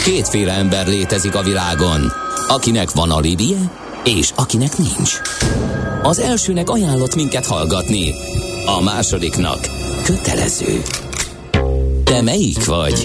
Kétféle ember létezik a világon, akinek van alibije, és akinek nincs. Az elsőnek ajánlott minket hallgatni, a másodiknak kötelező. Te melyik vagy?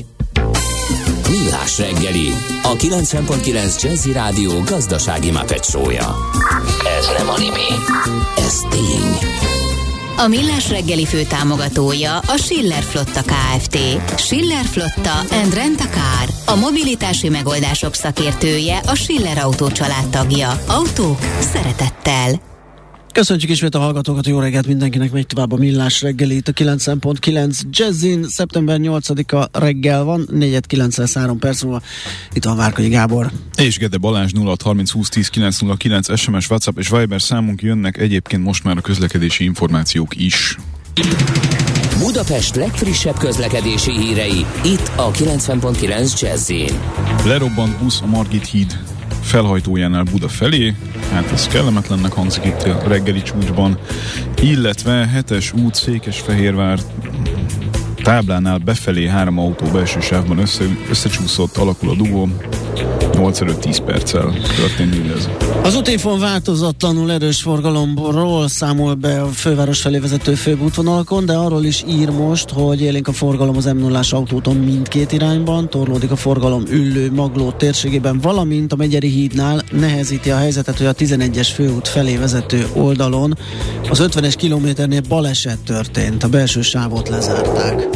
Millás reggeli, a 90.9 Jazzy Rádió gazdasági Muppet show-ja. Ez nem anime, ez tény. A Millás reggeli főtámogatója a Schiller Flotta Kft. Schiller Flotta and Rent a Car. A mobilitási megoldások szakértője, a Schiller Autó család tagja. Autók szeretettel. Köszönjük ismét a hallgatókat, jó reggelt mindenkinek, megy tovább a Millás reggeli, itt a 9.9 Jazzin, szeptember 8-a reggel van, 4:09 perc múlva, itt van Várkonyi Gábor. És Gede Balázs 0630 20 10 909 SMS, WhatsApp és Viber számunk, jönnek egyébként most már a közlekedési információk is. Budapest legfrissebb közlekedési hírei, itt a 90.9 Jazzin. Lerobbant busz a Margit híd felhajtójánál Buda felé, hát ez kellemetlennek hangzik itt a reggeli csúcsban, illetve 7-es út Székesfehérvár táblánál befelé 3 autó belső sávban összecsúszott, alakul a dugó, 8-10 perccel történt mindez. Az útinfon változatlanul erős forgalomról számol be a főváros felé vezető főbb útvonalakon, de arról is ír most, hogy élénk a forgalom az M0-ás autóton mindkét irányban, torlódik a forgalom Üllő-Magló térségében, valamint a Megyeri hídnál nehezíti a helyzetet, hogy a 11-es főút felé vezető oldalon az 50-es kilométernél baleset történt, a belső sávot lezárták.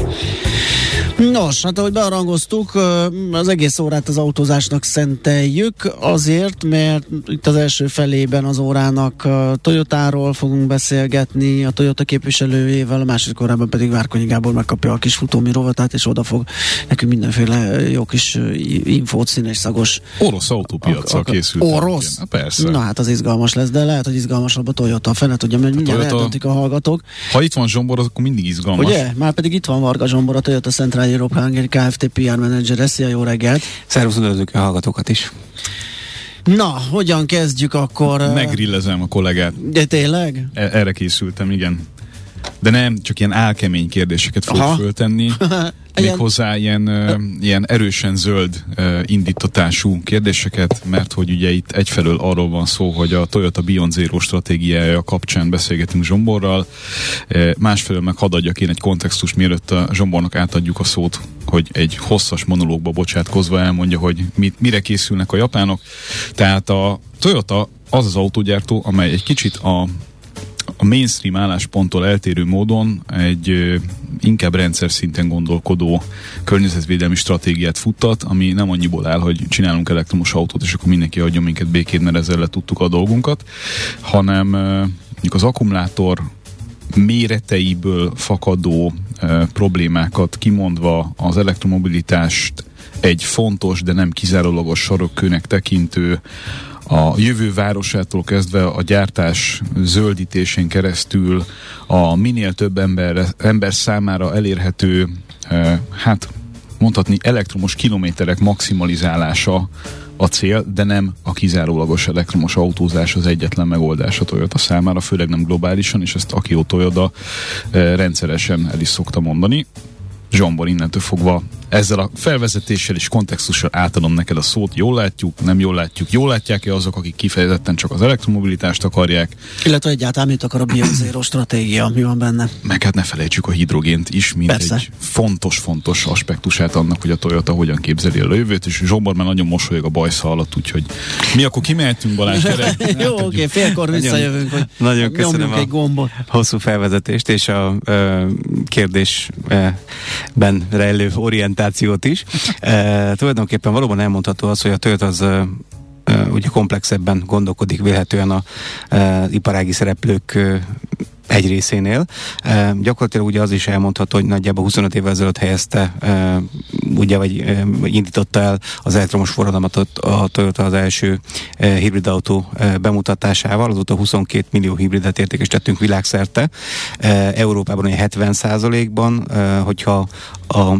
Nos, hát ahogy bearangoztuk, az egész órát az autózásnak szenteljük, azért, mert itt az első felében az órának Toyotáról fogunk beszélgetni, a Toyota képviselőjével, a második órában pedig Várkonyi Gábor megkapja a kis futómi rovatát, és oda fog nekünk mindenféle jó kis infót, színes szagos. Orosz autópiaccal készült. Orosz? Na, persze. Na hát az izgalmas lesz, de lehet, hogy izgalmasabb a Toyota. Fene tudja, mert mindjárt eldöntik a hallgatók. Ha itt van Zsombor, akkor mindig izgalmas. Ugye? Már pedig itt van Varga Zsombor, a Toyota Central Europe Hungary Kft. PR Manager. Szia, jó reggelt! Szervusz, üdvözlök a hallgatókat is! Na, hogyan kezdjük akkor? Megrillezem a kollégát. De tényleg? Erre készültem, igen. De nem, csak ilyen álkemény kérdéseket fogok föltenni. Méghozzá ilyen erősen zöld indítatású kérdéseket, mert hogy ugye itt egyfelől arról van szó, hogy a Toyota Beyond Zero stratégiája kapcsán beszélgetünk Zsomborral, másfelől meg hadd adjak én egy kontextust, mielőtt a Zsombornak átadjuk a szót, hogy egy hosszas monológba bocsátkozva elmondja, hogy mire készülnek a japánok. Tehát a Toyota az az autógyártó, amely egy kicsit a mainstream állásponttól eltérő módon egy inkább rendszer szinten gondolkodó környezetvédelmi stratégiát futtat, ami nem annyiból áll, hogy csinálunk elektromos autót, és akkor mindenki hagyjon minket békén, mert ezzel letudtuk a dolgunkat, hanem mondjuk az akkumulátor méreteiből fakadó problémákat kimondva az elektromobilitást egy fontos, de nem kizárólagos sarokkőnek tekintő, a jövő városától kezdve a gyártás zöldítésén keresztül a minél több ember számára elérhető, hát mondhatni elektromos kilométerek maximalizálása a cél, de nem a kizárólagos elektromos autózás az egyetlen megoldás a Toyota számára, főleg nem globálisan, és ezt Akio Toyoda rendszeresen el is szokta mondani. Zsombor, innentől fogva ezzel a felvezetéssel és kontextussal átadom neked a szót. Jól látjuk, nem jól látjuk? Jól látják-e azok, akik kifejezetten csak az elektromobilitást akarják? Illetve egyáltalán mit akar a Beyond Zero stratégia, mi van benne? Meg hát ne felejtsük a hidrogént is, mint persze. Egy fontos aspektusát annak, hogy a Toyota hogyan képzeli el a jövőt, és Zsombor már nagyon mosolyog a bajsza alatt, úgyhogy mi akkor kimehetünk, Balázs? Jó, oké, félkor visszajövünk, hogy nagyon köszönöm egy gombot. Hosszú felvezetést és a kérdésben rejlő orientációt is. Tulajdonképpen valóban elmondható az, hogy a Toyota az ugye komplexebben gondolkodik vélhetően az iparági szereplők egy részénél. Gyakorlatilag ugye az is elmondható, hogy nagyjából 25 évvel ezelőtt helyezte, ugye, vagy indította el az elektromos forradalmat a Toyota az első hibrid autó bemutatásával. Azóta 22 millió hibridet értékesítettünk világszerte. Európában olyan 70%-ban, hogyha a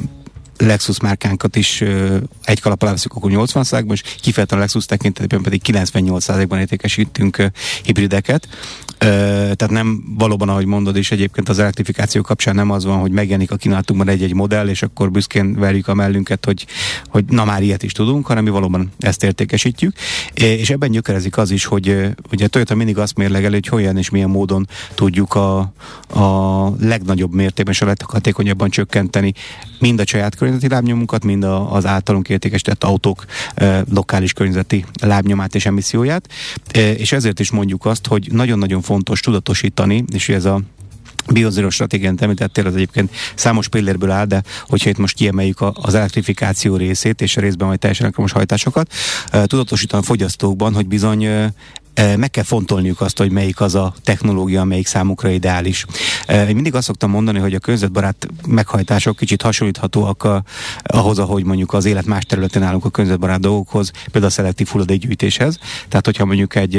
Lexus márkánkat is egy kalap alá veszük, akkor 80%-ban, és kifejezetten a Lexus tekintetében pedig 98%-ban értékesítünk hibrideket. Tehát nem valóban, ahogy mondod is, egyébként az elektrifikáció kapcsán nem az van, hogy megjelenik a kínálatunkban egy-egy modell, és akkor büszkén verjük a mellünket, hogy na már ilyet is tudunk, hanem mi valóban ezt értékesítjük. És ebben gyökerezik az is, hogy ugye Toyota mindig azt mérlegeli, hogy hogyan és milyen módon tudjuk a legnagyobb mértékben és a leghatékonyabban csökkenteni mind a saját környezeti lábnyomunkat, mind az általunk értékesített autók lokális környezeti lábnyomát és emisszióját. És ezért is mondjuk azt, hogy nagyon-nagyon fontos tudatosítani, és ez a Biozero stratégiát említettél, az egyébként számos pillérből áll, de hogyha itt most kiemeljük az elektrifikáció részét, és a részben majd teljesen elektromos hajtásokat, tudatosítani a fogyasztókban, hogy bizony meg kell fontolniuk azt, hogy melyik az a technológia, melyik számukra ideális. Én mindig azt szoktam mondani, hogy a környezetbarát meghajtások kicsit hasonlíthatóak ahhoz, ahogy mondjuk az élet más területén állunk a környezetbarát dolgokhoz, például a szelektív hulladékgyűjtéshez. Tehát, hogyha mondjuk egy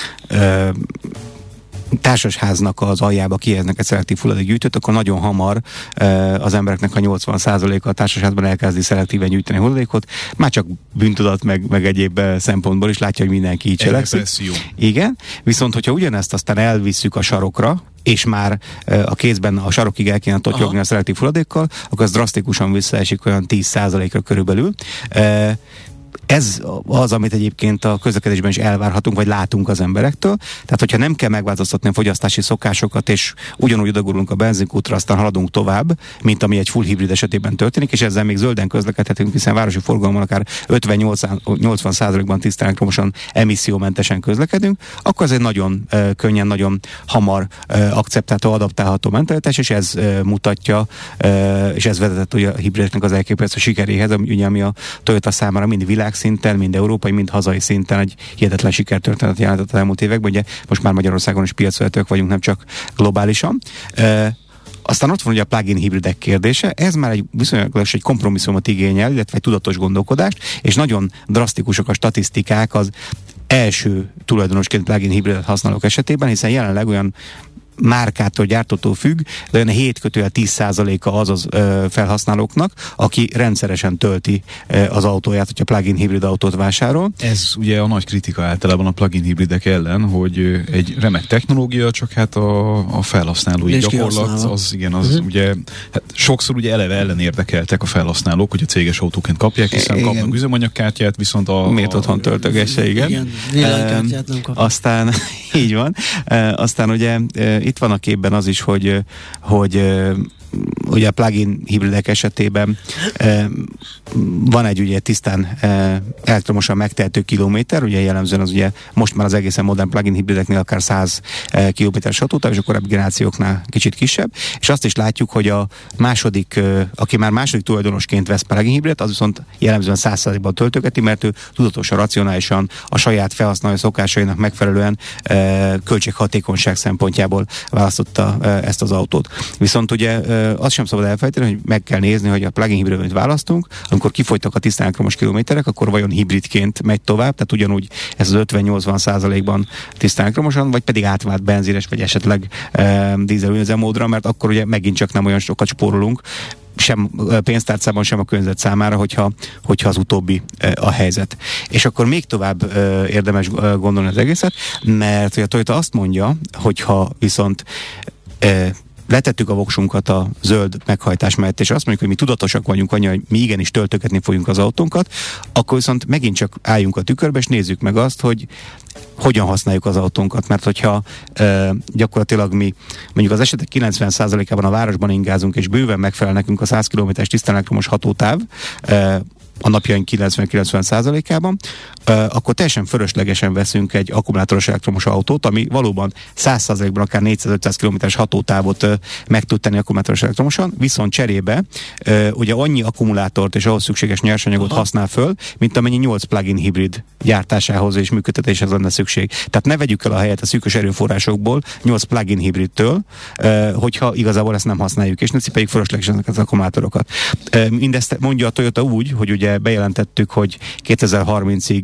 társasháznak az aljába kihelyeznek egy szelektív hulladékgyűjtőt, akkor nagyon hamar az embereknek a 80%-a a társasházban elkezdi szelektíven gyűjteni hulladékot, már csak bűntudat meg egyéb szempontból is látja, hogy mindenki így cselekszik. Igen, viszont hogyha ugyanezt aztán elvisszük a sarokra, és már a kézben a sarokig el kéne totyogni a szelektív hulladékkal, akkor az drasztikusan visszaesik olyan 10%-ra körülbelül. Ez az, amit egyébként a közlekedésben is elvárhatunk, vagy látunk az emberektől. Tehát, hogyha nem kell megváltoztatni a fogyasztási szokásokat, és ugyanúgy odagurulunk a benzinkútra, aztán haladunk tovább, mint ami egy full hibrid esetében történik, és ezzel még zölden közlekedhetünk, hiszen városi forgalommal akár 50-80%-ban tisztán elektromosan emissziómentesen közlekedünk, akkor ez egy nagyon könnyen, nagyon hamar akceptálható, adaptálható mentalitás, és ez mutatja, és ez vezetett ugye a hibrideknek az elképesztő sikeréhez, ugye, ami a Toyota számára mind világszinten, mind európai, mind hazai szinten egy hihetetlen sikertörténet jelentett az elmúlt években. Ugye most már Magyarországon is piacvezetők vagyunk, nem csak globálisan. Aztán ott van ugye a plug-in hibridek kérdése, ez már egy viszonylag egy kompromisszumot igényel, illetve egy tudatos gondolkodást, és nagyon drasztikusak a statisztikák az első tulajdonosként plug-in hibridet használók esetében, hiszen jelenleg olyan márkától, gyártótól függ, de olyan 7-10%-a azaz felhasználóknak, aki rendszeresen tölti az autóját, hogyha plug-in hibrid autót vásárol. Ez ugye a nagy kritika általában a plug-in hibridek ellen, hogy egy remek technológia, csak hát a felhasználói gyakorlat, az igen, az ugye, hát sokszor ugye eleve ellen érdekeltek a felhasználók, hogy a céges autóként kapják, hiszen kapnak üzemanyagkártyát, viszont miért otthon töltögesse, igen. Villanykártyát nem kapnak. Aztán, így van, aztán ugye itt van a képben az is, hogy ugye a plug-in hibridek esetében van egy ugye tisztán elektromosan megtehető kilométer, ugye jellemzően az ugye most már az egészen modern plug-in hibrideknél akár 100 kilométeres hatótáv, és a korábbi generációknál kicsit kisebb, és azt is látjuk, hogy a második, aki már második tulajdonosként vesz plug-in hibridet, az viszont jellemzően 100%-ban töltögeti, mert ő tudatosan, racionálisan a saját felhasználói szokásainak megfelelően költséghatékonyság szempontjából választotta ezt az autót. Viszont ugye azt sem szabad elfelejteni, hogy meg kell nézni, hogy a plug-in hibridet, amit választunk, amikor kifogytak a tisztán elektromos kilométerek, akkor vajon hibridként megy tovább, tehát ugyanúgy ez az 50-80%-ban tisztán elektromosan, vagy pedig átvált benzines, vagy esetleg dízel üzemmódra, mert akkor ugye megint csak nem olyan sokat spórolunk, sem pénztárcában, sem a környezet számára, hogyha az utóbbi a helyzet. És akkor még tovább érdemes gondolni az egészet, mert a Toyota azt mondja, hogyha viszont letettük a voksunkat a zöld meghajtás mellett, és azt mondjuk, hogy mi tudatosak vagyunk annyira, hogy mi igenis töltögetni fogjuk az autónkat, akkor viszont megint csak álljunk a tükörbe, és nézzük meg azt, hogy hogyan használjuk az autónkat, mert hogyha gyakorlatilag mi mondjuk az esetek 90%-ában a városban ingázunk, és bőven megfelel nekünk a 100 km-es tisztán elektromos hatótáv, a napjaink 90-90%-ában, akkor teljesen fölöslegesen veszünk egy akkumulátoros elektromos autót, ami valóban 100%-ban akár 400-500 km-es hatótávot meg tud tenni akkumulátoros elektromosan, viszont cserébe ugye annyi akkumulátort és ahhoz szükséges nyersanyagot használ föl, mint amennyi 8 plug-in hibrid gyártásához és működtetéshez lenne szükség. Tehát ne vegyük el a helyet a szűkös erőforrásokból 8 plug-in hibridtől, hogyha igazából ezt nem használjuk, és ne cipeljük fölöslegesen az akkumulátorokat. Mindezt mondja a Toyota úgy, hogy ugye bejelentettük, hogy 2030-ig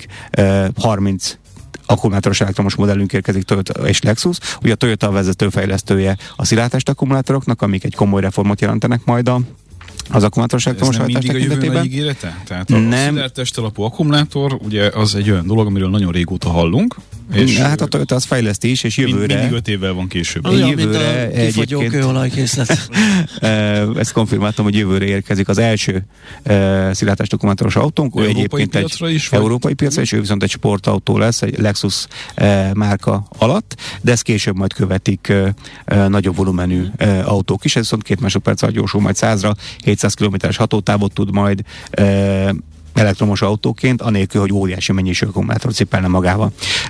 30 akkumulátoros elektromos modellünk érkezik, Toyota és Lexus. Ugye a Toyota a vezetőfejlesztője a szilárdtest akkumulátoroknak, amik egy komoly reformot jelentenek majd az akkumulátoros elektromos hajtás tekintetében. Ez ígérete? Tehát a szilárdtest alapú akkumulátor, ugye az egy olyan dolog, amiről nagyon régóta hallunk, Hát a Toyota az fejleszti is, és jövőre... Mindig 5 évvel van később. Jövőre kifogyó kőolajkészlet. Ezt konfirmáltam, hogy jövőre érkezik az első szilártás akkumulátoros autónk. Európai piacra is? Európai piacra is, ő viszont egy sportautó lesz, egy Lexus márka alatt, de ezt később majd követik nagyobb volumenű autók is. Ez viszont 2 másodperc alatt gyorsul majd 100-ra, 700 km-es hatótávot tud majd elektromos autóként, anélkül, hogy óriási mennyiségű akkumulátort cipelne magával.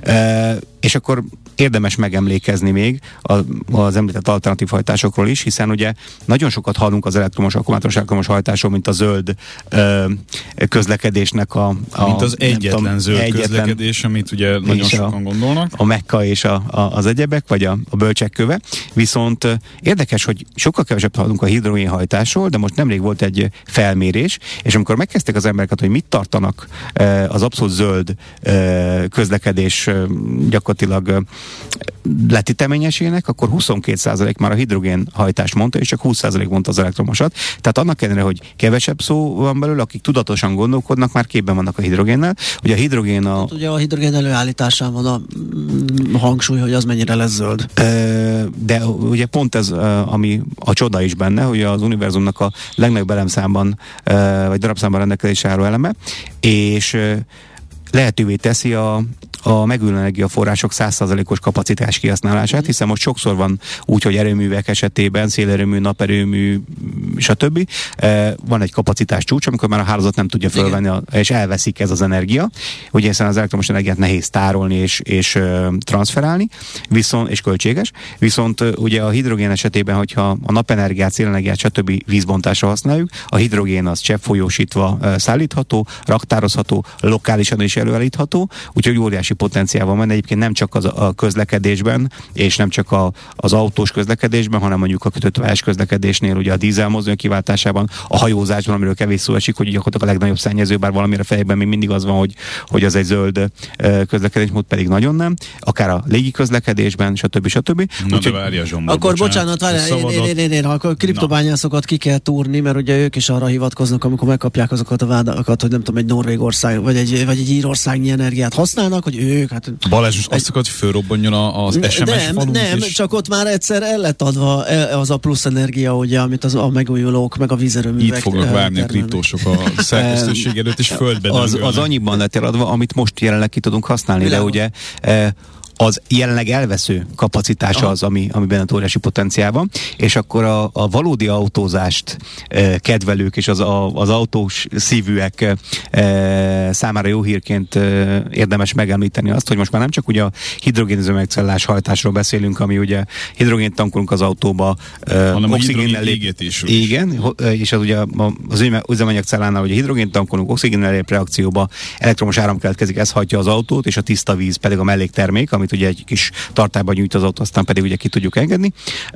És akkor érdemes megemlékezni még az említett alternatív hajtásokról is, hiszen ugye nagyon sokat hallunk az elektromos akkumulátoros elektromos hajtásról, mint a zöld közlekedésnek mint az egyetlen zöld közlekedés, amit ugye nagyon sokan gondolnak. A Mekka és az egyebek, vagy a bölcsek köve. Viszont érdekes, hogy sokkal kevesebb hallunk a hidrogénhajtásról, de most nemrég volt egy felmérés, és amikor megkezdtek az embereket, hogy mit tartanak az abszolút zöld közlekedés gyakorlatilag letiteményesének, akkor 22% már a hidrogénhajtást mondta, és csak 20% mondta az elektromosat. Tehát annak ellenére, hogy kevesebb szó van belőle, akik tudatosan gondolkodnak, már képben vannak a hidrogénnel. Ugye a hidrogén Hát ugye a hidrogén előállításán van a hangsúly, hogy az mennyire lesz zöld. De ugye pont ez, ami a csoda is benne, hogy az univerzumnak a legnagyobb elemszámban, vagy darabszámban rendelkezésre álló eleme, és lehetővé teszi a megújuló energiaforrások 100%-os kapacitás kihasználását, hiszen most sokszor van úgy, hogy erőművek esetében, szélerőmű, naperőmű, stb. Van egy kapacitás csúcs, amikor már a hálózat nem tudja fölvenni, és elveszik ez az energia. Ugye hiszen az elektromos energiát nehéz tárolni és transferálni, és költséges. Viszont ugye a hidrogén esetében, hogyha a napenergiát, szélenergiát, stb. Vízbontásra használjuk, a hidrogén az cseppfolyósítva szállítható, raktározható, lokálisan is előállítható, úgyhogy óriási potenciál van, egyébként nem csak a közlekedésben, és nem csak az autós közlekedésben, hanem mondjuk a kötött vályás közlekedésnél, ugye a dízelmozdony kiváltásában, a hajózásban, amiről kevés szó esik, hogy gyakorlatilag a legnagyobb szennyező, bár valamire fejben még mindig az van, hogy az egy zöld közlekedésmód, pedig nagyon nem. Akár a légi közlekedésben, stb. Na de várja, Zsombor, akkor bocsánat, akkor kriptobányászokat ki kell túrni, mert ugye ők is arra hivatkoznak, amikor megkapják azokat a vádakat, hogy nem tudom, egy Norvégország, vagy egy Írországnyi energiát használnak, hogy ők... Hát, Balázs, most azt akart, hogy fölrobbanjon az SMS falut Nem, csak ott már egyszer el lett adva az a plusz energia, ugye, amit a megújulók, meg a vízerőművek... Itt fognak várni a kriptósok a szerkesztőség előtt, és földbe az annyiban lett eladva, amit most jelenleg ki tudunk használni, de ugye az jelenleg elvesző kapacitás az, amiben óriási potenciál van, és akkor a valódi autózást kedvelők és az autós szívűek számára jó hírként érdemes megemlíteni azt, hogy most már nem csak ugye a hidrogénüzemanyagcellás hajtásról beszélünk, ami ugye hidrogént tankolunk az autóba, hanem a hidrogén égetésről. Igen, és az ugye az üzemanyagcellánál ugye hidrogént tankolunk, oxigénnel lép reakcióba, elektromos áram keletkezik, ez hajtja az autót, és a tiszta víz pedig a melléktermék, amit ugye egy kis tartályban nyújt az autó, aztán pedig ugye ki tudjuk engedni.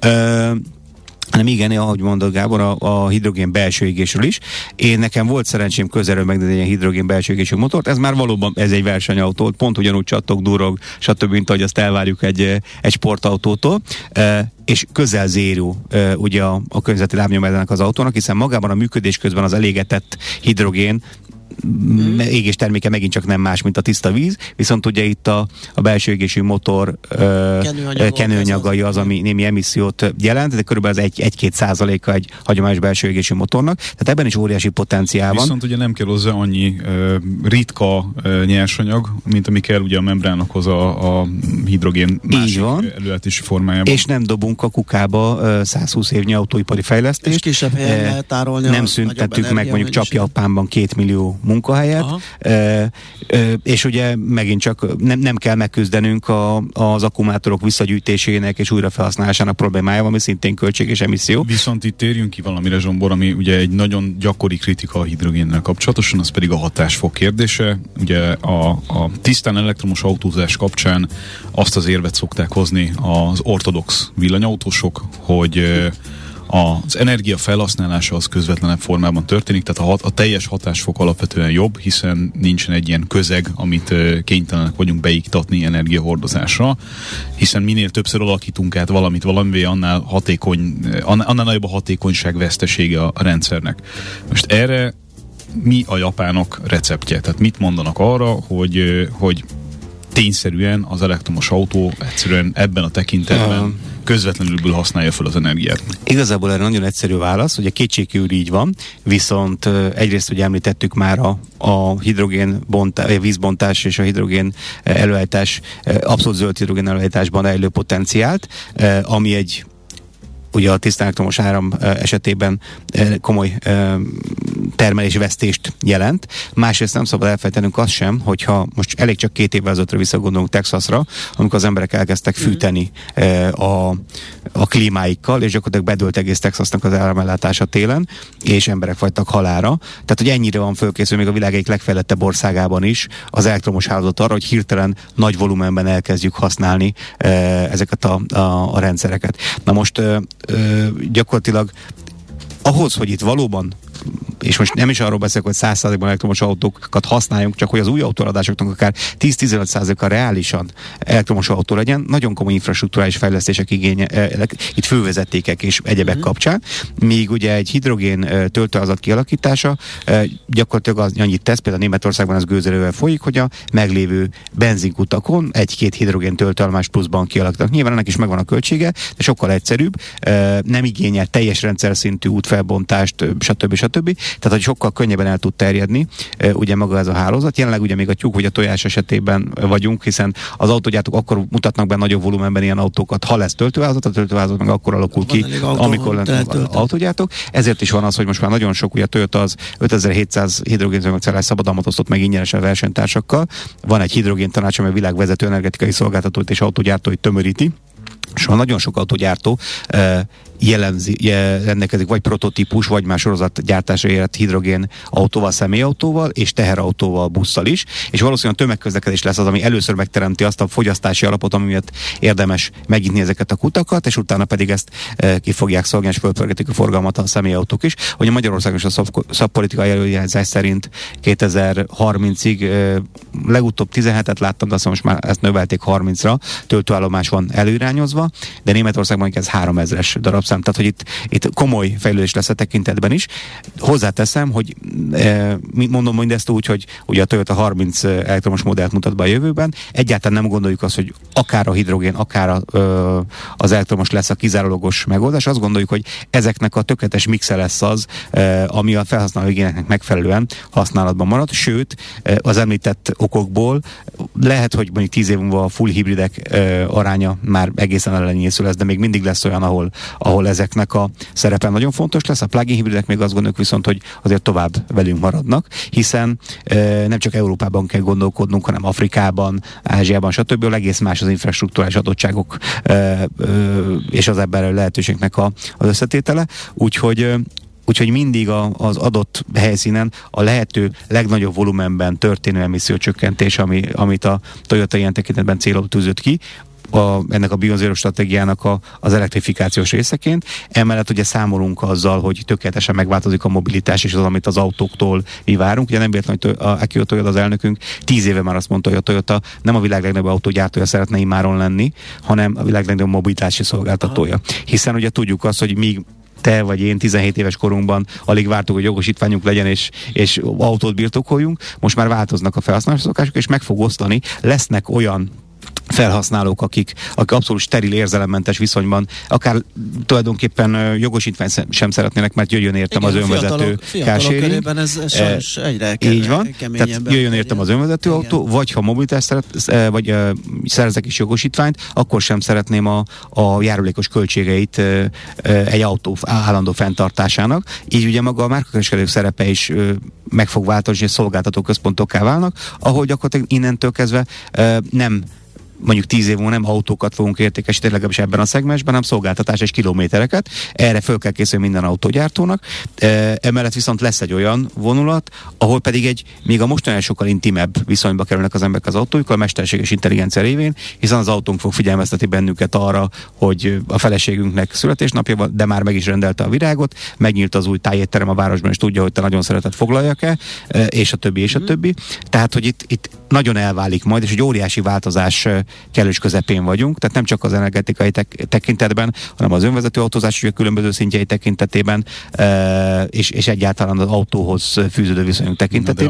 Hanem igen, ahogy mondod Gábor, a hidrogén belső égésről is. Nekem volt szerencsém közelről megnézni egy hidrogén belső égésű motort, ez már valóban ez egy versenyautó, pont ugyanúgy csattog, durog, stb. Mint ahogy azt elvárjuk egy sportautótól. És közel zéró ugye a környezeti lábnyomásának az autónak, hiszen magában a működés közben az elégetett hidrogén égés terméke megint csak nem más, mint a tiszta víz, viszont ugye itt a belső égésű motor kenőanyagai az, ami némi emissziót jelent, de körülbelül az 1-2% egy hagyományos belső égésű motornak, tehát ebben is óriási potenciál van. Viszont ugye nem kell hozzá annyi ritka nyersanyag, mint ami kell ugye a membránokhoz a hidrogén másik előállítási formájában. És nem dobunk a kukába 120 évnyi autóipari fejlesztést. És kisebb helyen lehet tárolni. Nem szüntettük meg mondjuk csak Japánban 2 millió munkahelyet, és ugye megint csak nem kell megküzdenünk az akkumulátorok visszagyűjtésének és újrafelhasználásának problémájával, ami szintén költség és emisszió. Viszont itt térjünk ki valamire, Zsombor, ami ugye egy nagyon gyakori kritika a hidrogénnel kapcsolatosan, az pedig a hatásfok kérdése. Ugye a tisztán elektromos autózás kapcsán azt az érvet szokták hozni az ortodox villanyautósok, hogy az energia felhasználása az közvetlenebb formában történik, tehát a teljes hatásfok alapvetően jobb, hiszen nincsen egy ilyen közeg, amit kénytelenek vagyunk beiktatni energiahordozásra, hiszen minél többször alakítunk át valamivé, annál nagyobb a hatékonyság vesztesége a rendszernek. Most erre mi a japánok receptje? Tehát mit mondanak arra, hogy tényszerűen az elektromos autó egyszerűen ebben a tekintetben közvetlenül használja fel az energiát? Igazából erre nagyon egyszerű válasz, hogy a kétségkívül így van, viszont egyrészt ugye említettük már a vízbontás és a hidrogén előállítás, abszolút zöld hidrogén előállításban rejlő potenciált, ami ugye a tiszta elektromos áram esetében komoly termelési vesztést jelent. Másrészt nem szabad elfelejtenünk azt sem, hogyha most elég csak 2 évvel ezelőttre visszagondolunk Texasra, amikor az emberek elkezdtek fűteni a klímáikkal, és gyakorlatilag bedőlt egész Texasnak az áramellátása télen, és emberek fagytak halálra. Tehát, hogy ennyire van fölkészülve még a világ egyik legfejlettebb országában is az elektromos hálózat arra, hogy hirtelen nagy volumenben elkezdjük használni ezeket a rendszereket. Na most gyakorlatilag ahhoz, hogy itt valóban, és most nem is arról beszélek, hogy 100%-ban elektromos autókat használjunk, csak hogy az új autóadásoknak akár 10-15%-a reálisan elektromos autó legyen, nagyon komoly infrastruktúrális fejlesztések itt fővezetékek és egyebek kapcsán, míg ugye egy hidrogén töltőházat kialakítása gyakorlatilag annyit tesz, például Németországban ez gőzerővel folyik, hogy a meglévő benzinkutakon 1-2 hidrogén töltőállomás pluszban kialakítanak. Nyilván ennek is megvan a költsége, de sokkal egyszerűbb, nem igényel teljes rendszer szintű útfelbontást, stb. Tehát, hogy sokkal könnyebben el tud terjedni ugye maga ez a hálózat. Jelenleg ugye még a tyúk vagy a tojás esetében vagyunk, hiszen az autógyártók akkor mutatnak be nagyobb volumenben ilyen autókat, ha lesz töltőházat, a töltőházat meg akkor alakul ki, amikor lesz autógyártók. Ezért is van az, hogy most már nagyon sok, ugye a Toyota az 5700 hidrogénzömegcellás szabadalmat osztott meg ingyenesen versenytársakkal. Van egy hidrogén tanács, amely a világ vezető energetikai szolgáltatóit és autógyártóit tömöríti. És van nagyon sok autógyártó rendelkezik vagy prototípus, vagy más sorozatgyártásra érett hidrogén autóval, személyautóval és teherautóval, busszal is, és valószínűleg a tömegközlekedés lesz az, ami először megteremti azt a fogyasztási alapot, ami miatt érdemes megnyitni ezeket a kutakat, és utána pedig ezt ki fogják szolgálni, és fölpörgetik a forgalmat a személyautók is. Hogy a Magyarországon is a szakpolitikai előjelzés szerint 2030-ig legutóbb 17-et láttam, de azt most már ezt növelték 30-ra, töltőállomás van előirányozva, de Németországban ez 3000-es darabszám, tehát hogy itt komoly fejlődés lesz a tekintetben is. Hozzáteszem, hogy mondom mindezt úgy, hogy ugye a Toyota 30 elektromos modellt mutat be a jövőben, egyáltalán nem gondoljuk azt, hogy akár a hidrogén, akár az elektromos lesz a kizárólagos megoldás, azt gondoljuk, hogy ezeknek a tökéletes mixe lesz az, ami a felhasználó igényeknek megfelelően használatban marad, sőt, az említett okokból lehet, hogy mondjuk 10 év múlva a full hibridek aránya már egészen ellenyésző lesz, de még mindig lesz olyan, ahol ezeknek a szerepe nagyon fontos lesz. A plug-in hibridek még azt gondoljuk viszont, hogy azért tovább velünk maradnak, hiszen nem csak Európában kell gondolkodnunk, hanem Afrikában, Ázsiában, stb. Egész más az infrastruktúrális adottságok és az ebben lehetőségnek az összetétele. Úgyhogy mindig az adott helyszínen a lehető legnagyobb volumenben történő emissziócsökkentés, amit a Toyota ilyen tekintetben célul tűzött ki, ennek a Biozero stratégiának az elektrifikációs részeként. Emellett ugye számolunk azzal, hogy tökéletesen megváltozik a mobilitás és az, amit az autóktól mi várunk. Ugye nem véletlenül, hogy Akio Toyoda az elnökünk 10 éve már azt mondta, hogy a Toyota nem a világ legnagyobb autógyártója szeretne immáron lenni, hanem a világ legnagyobb mobilitási szolgáltatója. Hiszen ugye tudjuk azt, hogy míg te vagy én 17 éves korunkban alig vártuk, hogy jogosítványunk legyen, és autót birtokoljunk. Most már változnak a felhasználási szokások, és meg fog osztani. Lesznek olyan felhasználók, akik abszolút steril, érzelemmentes viszonyban, akár tulajdonképpen jogosítványt sem szeretnének, mert jöjjön értem az önvezető carsharing. Ez sajnos egyre így van, tehát jöjjön értem az önvezető autó, vagy ha mobilitást vagy szerzek is jogosítványt, akkor sem szeretném a járulékos költségeit egy autó állandó fenntartásának. Így ugye maga a márkakereskedők szerepe is meg fog változni, és szolgáltató központokká válnak, ahol gyakorlatilag innentől kezdve nem mondjuk 10 év múlva nem autókat fogunk értékesíteni, legalábbis ebben a szegmensben, hanem szolgáltatás és kilométereket. Erre föl kell készülni minden autógyártónak. Emellett viszont lesz egy olyan vonulat, ahol pedig még a mostanában sokkal intimebb viszonyba kerülnek az emberek az autójukkal, a mesterséges intelligencia révén, hiszen az autónk fog figyelmeztetni bennünket arra, hogy a feleségünknek születésnapja van, de már meg is rendelte a virágot, megnyílt az új tájétterem a városban, és tudja, hogy te nagyon szereted foglaljak-e, és a többi, és a többi. Tehát, hogy itt nagyon elválik majd, és egy óriási változás kellős közepén vagyunk, tehát nem csak az energetikai tekintetben, hanem az önvezető autózás különböző szintjei tekintetében, és egyáltalán az autóhoz fűződő viszonyunk tekintetében. A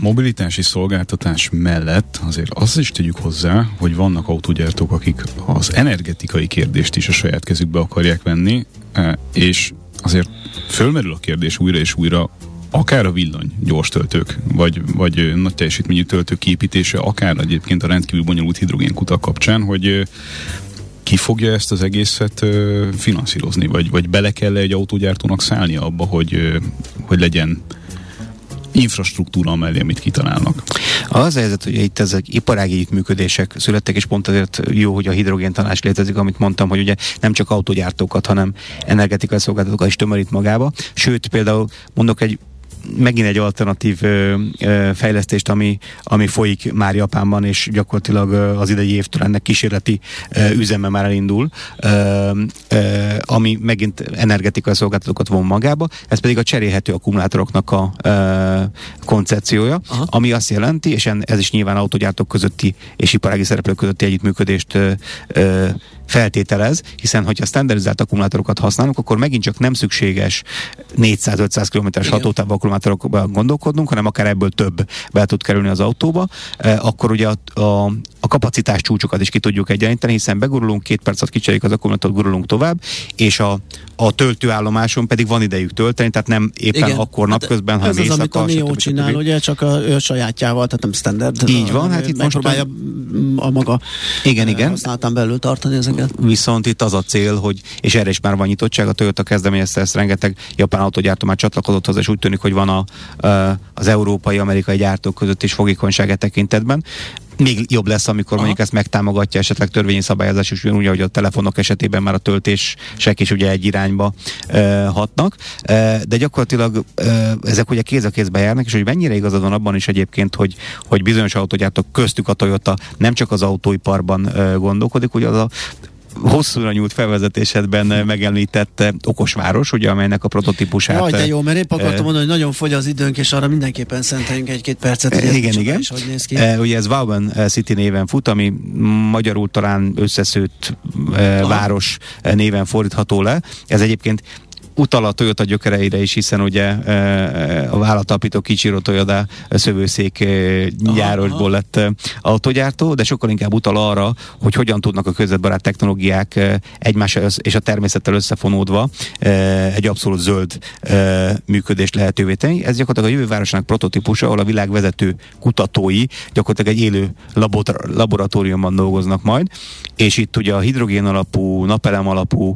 mobilitási szolgáltatás mellett azért azt is tegyük hozzá, hogy vannak autógyártók, akik az energetikai kérdést is a saját kezükbe akarják venni, és azért fölmerül a kérdés újra és újra, akár a villany gyorstöltők, vagy nagy teljesítményű töltők kiépítése, akár egyébként a rendkívül bonyolult hidrogénkutak kapcsán, hogy ki fogja ezt az egészet finanszírozni, vagy bele kell egy autógyártónak szállnia abba, hogy legyen infrastruktúra mellé, amit kitalálnak. Az helyzet, hogy itt ezek iparági működések születtek, és pont azért jó, hogy a hidrogén tanács létezik, amit mondtam, hogy ugye nem csak autógyártókat, hanem energetikai szolgáltatókat is tömörít magába. Sőt, például mondok megint egy alternatív fejlesztést, ami folyik már Japánban, és gyakorlatilag az idei évtől ennek kísérleti üzeme már elindul, ami megint energetikai szolgáltatókat von magába, ez pedig a cserélhető akkumulátoroknak a koncepciója, ami azt jelenti, és ez is nyilván autógyártók közötti és iparági szereplők közötti együttműködést feltételez, hiszen hogyha standardizált akkumulátorokat használunk, akkor megint csak nem szükséges 400-500 km-es hatótávú akkumulátorokban gondolkodnunk, hanem akár ebből több be tud kerülni az autóba, akkor ugye a kapacitás csúcsokat is ki tudjuk egyenlíteni, hiszen begurulunk, 2 perc alatt kicseréljük az akkumulátort, gurulunk tovább, és a töltőállomásunk pedig van idejük tölteni, tehát nem éppen akkor napközben, hanem éjszaka. Ez az, amit a NIO csinál, ugye, csak ő sajátjával, tehát nem standard. Így van, hát itt most próbálja a maga használatán belül tartani ezeket. Viszont itt az a cél, hogy, és erre is már van nyitottság, a Toyota kezdeményezte ezt, rengeteg japán autógyártó már csatlakozott hozzá, és úgy tűnik, hogy van az európai, amerikai gyártók között is fogékonyság tekintetben. Még jobb lesz, amikor mondjuk ezt megtámogatja esetleg törvényi szabályozás is, úgy, hogy a telefonok esetében már a töltések is ugye egy irányba hatnak, de gyakorlatilag ezek ugye kéz a kézbe járnak, és hogy mennyire igazad van abban is egyébként, hogy bizonyos autógyártók, köztük a Toyota nem csak az autóiparban gondolkodik, ugye az a hosszúra nyúlt felvezetésedben megemlített okosváros, ugye, amelynek a prototípusát... Jaj, de jó, mert épp akartam mondani, hogy nagyon fogy az időnk, és arra mindenképpen szenteljünk 1-2 percet, hogy igen. Is, hogy néz ki. Ugye ez Vauban City néven fut, ami magyarul talán összeszőtt város néven fordítható le. Ez egyébként utal a Toyota gyökereire is, hiszen ugye a vállalatalapító Kichiro Toyoda szövőszék gyárosból lett autógyártó, de sokkal inkább utal arra, hogy hogyan tudnak a környezetbarát technológiák egymással és a természettel összefonódva egy abszolút zöld működést lehetővé tenni. Ez gyakorlatilag a jövő városának prototípusa, ahol a világ vezető kutatói gyakorlatilag egy élő laboratóriumban dolgoznak majd, és itt ugye a hidrogén alapú, napelem alapú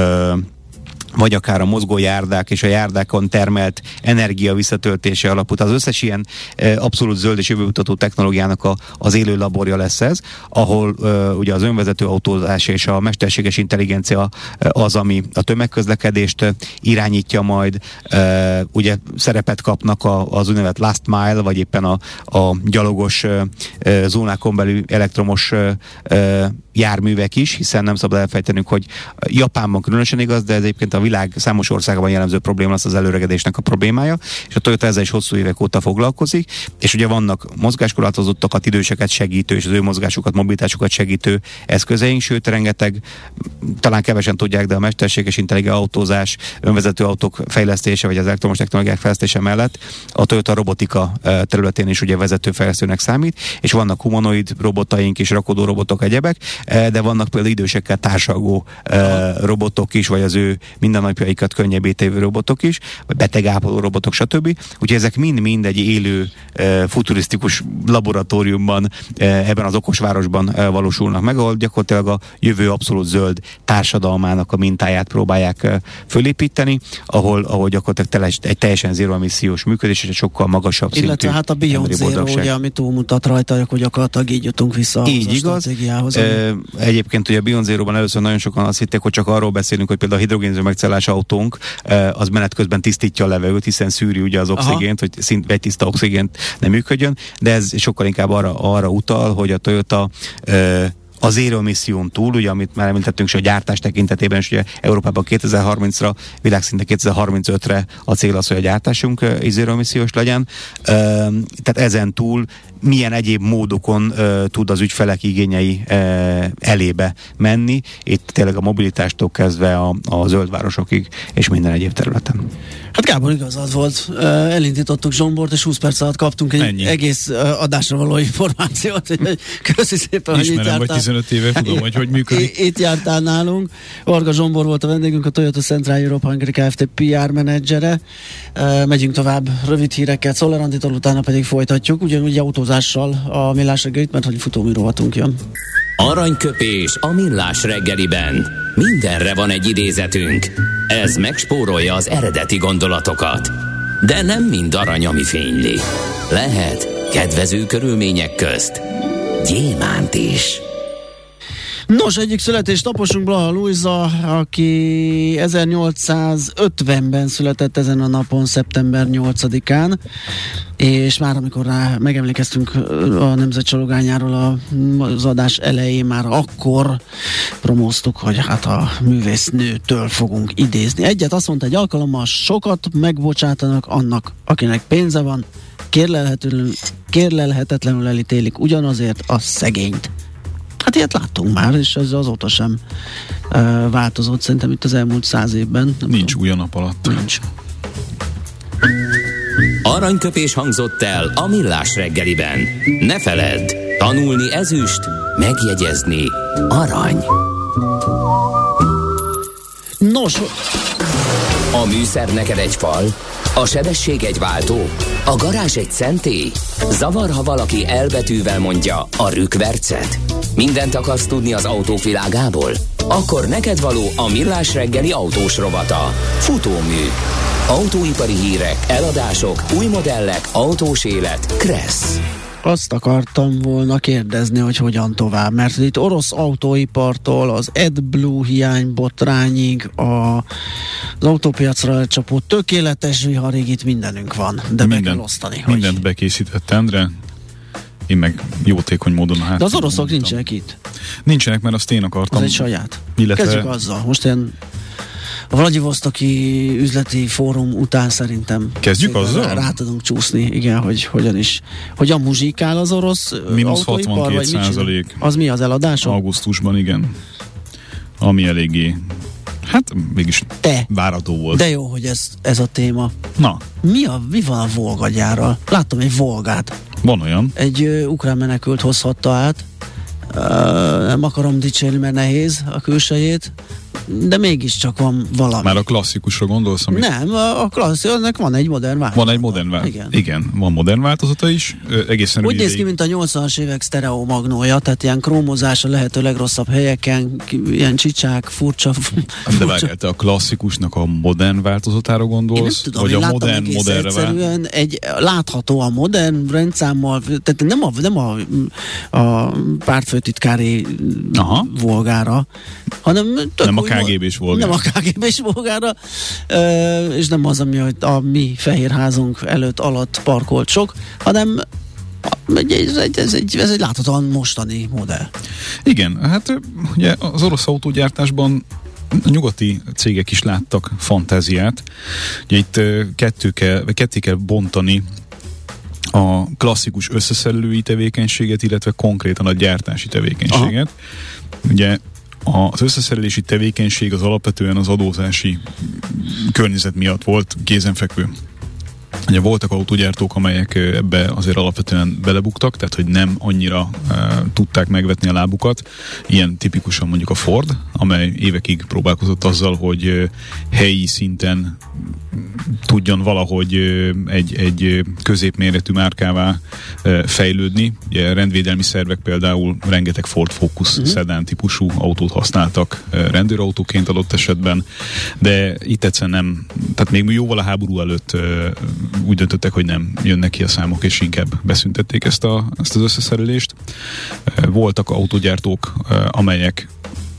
vagy akár a mozgó járdák és a járdákon termelt energia visszatöltése alapú. Az összes ilyen abszolút zöld és jövőmutató technológiának az élő laborja lesz ez, ahol ugye az önvezető autózás és a mesterséges intelligencia az, ami a tömegközlekedést irányítja majd, ugye szerepet kapnak az úgynevezett last mile, vagy éppen a gyalogos zónákon belül elektromos járművek is, hiszen nem szabad elfejtenünk, hogy Japánban különösen igaz, de ez egyébként a világ számos országban jellemző probléma lesz az előregedésnek a problémája, és a Toyota ezzel is hosszú évek óta foglalkozik, és ugye vannak mozgáskorlátozottakat, időseket segítő, és az ő mozgásukat, mobilitásukat segítő eszközeink, sőt rengeteg, talán kevesen tudják, de a mesterséges intelligencia autózás, önvezető autók fejlesztése, vagy az elektromos technológiák fejlesztése mellett a Toyota robotika területén is ugye vezető fejlesztőnek számít, és vannak humanoid robotaink és rakodó robotok, egyebek, de vannak például idősekkel társalgó robotok is, vagy az ő mindennapjaikat könnyebbé tévő robotok is, vagy betegápoló robotok, stb. Úgyhogy ezek mind-mind egy élő, futurisztikus laboratóriumban, ebben az okosvárosban valósulnak meg, ahol gyakorlatilag a jövő abszolút zöld társadalmának a mintáját próbálják fölépíteni, ahol gyakorlatilag egy teljesen zero emissziós működés, és egy sokkal magasabb szintű. Illetve hát a Beyond Zero, ugye, ami túlmutat rajta, hogy gyakorlatilag így jutunk vissza így a stratégiához. Egyébként ugye a Beyond Zero-ban először nagyon sokan azt hitték, hogy csak arról beszélünk, hogy például a hidrogénző megcellás autónk az menet közben tisztítja a levegőt, hiszen szűri ugye az oxigént, hogy egy tiszta oxigént nem működjön, de ez sokkal inkább arra utal, hogy a Toyota a zero emisszión túl, ugye, amit már említettünk, és a gyártás tekintetében is, ugye Európában 2030-ra, világszinten 2035-re a cél az, hogy a gyártásunk zero emissziós legyen. Tehát ezen túl milyen egyéb módokon tud az ügyfelek igényei elébe menni. Itt tényleg a mobilitástól kezdve a zöldvárosokig, és minden egyéb területen. Hát Gábor igazad volt. Elindítottuk Zsombort, és 20 perc alatt kaptunk egy egész adásra való információt. Köszi szépen, hogy itt jártál. Vagy 15 éve, tudom, hogy működik. Itt jártál nálunk. Varga Zsombor volt a vendégünk, a Toyota Central Europe Hungary Kft. PR menedzsere. Megyünk tovább rövid hírekkel, Czoller Anditól, utána pedig folytatjuk. Ugyanúgy autózással a Millás reggelit, mert hogy futómű rovatunk jön. Aranyköpés a Millás reggeliben. Mindenre van egy idézetünk. Ez megspórolja az eredeti gondolatokat. De nem mind arany, ami fényli. Lehet kedvező körülmények közt gyémánt is. Nos, egyik születésnaposunk Blaha Lujza, aki 1850-ben született ezen a napon, szeptember 8-án, és már amikor megemlékeztünk a nemzet csalogányáról az adás elején, már akkor promóztuk, hogy hát a művésznőtől fogunk idézni. Egyet azt mondta egy alkalommal, sokat megbocsátanak annak, akinek pénze van, kérlelhetetlenül elítélik ugyanazért a szegényt. Hát ilyet láttunk már, és ez azóta sem változott, szerintem itt az elmúlt 100 évben. Nincs új a nap alatt. Nincs. Aranyköpés hangzott el a Millás reggeliben. Ne feledd, tanulni ezüst, megjegyezni arany. Nos, a műszer neked egy fal, a sebesség egy váltó, a garázs egy szentély. Zavar, ha valaki elbetűvel mondja a rükvercet. Mindent akarsz tudni az autók világából? Akkor neked való a Millás reggeli autós rovata. Futómű. Autóipari hírek, eladások, új modellek, autós élet. Kressz. Azt akartam volna kérdezni, hogy hogyan tovább, mert itt orosz autóipartól az AdBlue hiánybotrányig az autópiacra elcsapó tökéletes viharig itt mindenünk van, de meg kell osztani. Mindent bekészített Endre, én meg jótékony módon de az oroszok nincsenek itt. Nincsenek, mert azt én akartam. Az egy saját. Illetve... Kezdjük azzal. Most ilyen a Vladivosztoki üzleti fórum után szerintem kezdjük azzal? Rá tudunk csúszni, igen, hogy hogyan muzsikál az orosz autóipar, vagy -62%. Az mi az eladás? Augusztusban, igen. Ami eléggé, hát mégis várható volt. De jó, hogy ez a téma. Na. Mi van a Volga gyárral? Láttam egy Volgát. Van olyan. Egy ukrán menekült hozhatta át. Nem akarom dicsérni, mert nehéz a külsejét, de mégiscsak van valami. Már a klasszikusra gondolsz? Amit... Nem, a klasszikusnak van egy modern változata. Van egy modern változata. Igen, van modern változata is. Egészen úgy néz ki, mint a 80-as évek sztereó magnója, tehát ilyen krómozás a lehető legrosszabb helyeken, ilyen csicsák, furcsa. De várjál, te a klasszikusnak a modern változatára gondolsz? Én nem tudom, vagy én a modernre egyszerűen látható a modern rendszámmal, tehát nem a pártfőtitkári Volgára, hanem nem a KGB-s Volgára. Nem a KGB-s Volgára, és nem az, ami a mi Fehérházunk előtt alatt parkolt sok, hanem ez egy láthatóan mostani modell. Igen, hát ugye az orosz autógyártásban a nyugati cégek is láttak fantáziát. Ugye itt ketté kell bontani a klasszikus összeszerelői tevékenységet, illetve konkrétan a gyártási tevékenységet. Aha. Ugye az összeszerelési tevékenység az alapvetően az adózási környezet miatt volt kézenfekvő. Ugye voltak autógyártók, amelyek ebbe azért alapvetően belebuktak, tehát hogy nem annyira tudták megvetni a lábukat. Ilyen tipikusan mondjuk a Ford, amely évekig próbálkozott azzal, hogy helyi szinten tudjon valahogy egy középméretű márkává fejlődni. Ugye rendvédelmi szervek például rengeteg Ford Focus szedán típusú autót használtak rendőrautóként adott esetben, de itt egyszerűen nem, tehát még jóval a háború előtt úgy döntöttek, hogy nem jönnek ki a számok, és inkább beszüntették ezt az összeszerelést. Voltak autógyártók, amelyek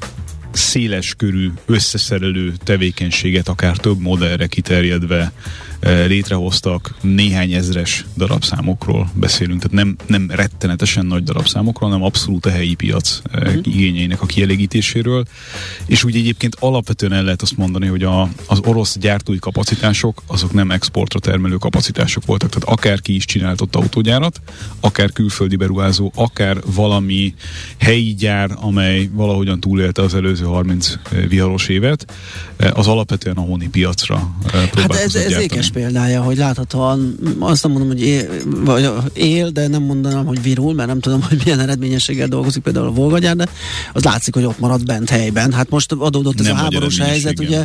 széles körű összeszerelő tevékenységet akár több modellre kiterjedve létrehoztak, néhány ezres darabszámokról beszélünk, tehát nem rettenetesen nagy darabszámokról, hanem abszolút a helyi piac igényeinek a kielégítéséről, és úgy egyébként alapvetően el lehet azt mondani, hogy az orosz gyártói kapacitások, azok nem exportra termelő kapacitások voltak, tehát akár ki is csinált ott autógyárat, akár külföldi beruházó, akár valami helyi gyár, amely valahogyan túlélte az előző 30 viharos évet, az alapvetően a honi piacra próbálkozott gyártani. Ez ékes példája, hogy láthatóan azt nem mondom, hogy él, de nem mondanám, hogy virul, mert nem tudom, hogy milyen eredményességgel dolgozik például a Volga gyár, de az látszik, hogy ott maradt bent helyben. Hát most adódott ez a háborús helyzet, ugye,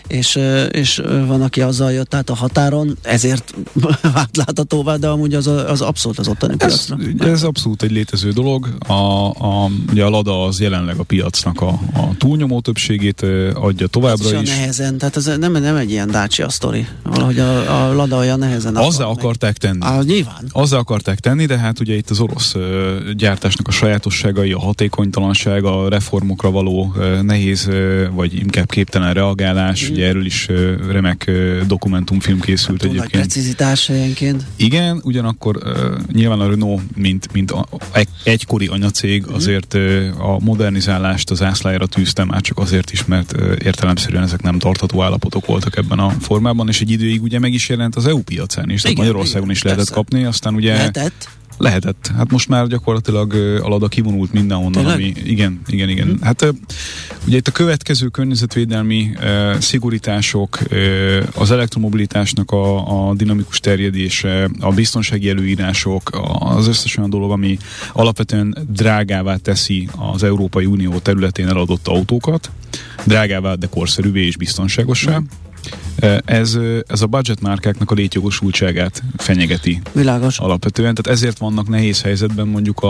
és van, aki azzal jött át a határon, ezért vált láthatóvá, de amúgy az abszolút az ottani piacra. Ez abszolút egy létező dolog. Ugye a Lada az jelenleg a piacnak a túlnyomó többségét adja továbbra is. Nehezen, tehát ez nem egy ilyen Dacia sztori. Valahogy a Lada olyan nehezen azzá akarták tenni. Nyilván. Azzá akarták tenni, de hát ugye itt az orosz gyártásnak a sajátosságai, a hatékonytalanság, a reformokra való nehéz, vagy inkább képtelen reagálás, ugye erről is remek dokumentumfilm készült egyébként. Nagy precizitás helyenként. Igen, ugyanakkor nyilván a Renault, mint egykori anyacég azért a modernizálást az ászlájára tűzte már csak azért is, mert értelemszerűen ezek nem tartható állapotok voltak ebben a formában, és egy időig ugye meg is jelent az EU piacán is, tehát Magyarországon is lehetett kapni, aztán ugye... Lehetett. Hát most már gyakorlatilag a Lada kivonult mindenhonnan, ami... Igen. Hát ugye itt a következő környezetvédelmi szigorítások, az elektromobilitásnak a dinamikus terjedése, a biztonsági előírások, az összes olyan dolog, ami alapvetően drágává teszi az Európai Unió területén eladott autókat, drágává, de korszerűvé és biztonságossá. Ez a budget márkáknak a létjogosultságát fenyegeti. Világos. Alapvetően, tehát ezért vannak nehéz helyzetben mondjuk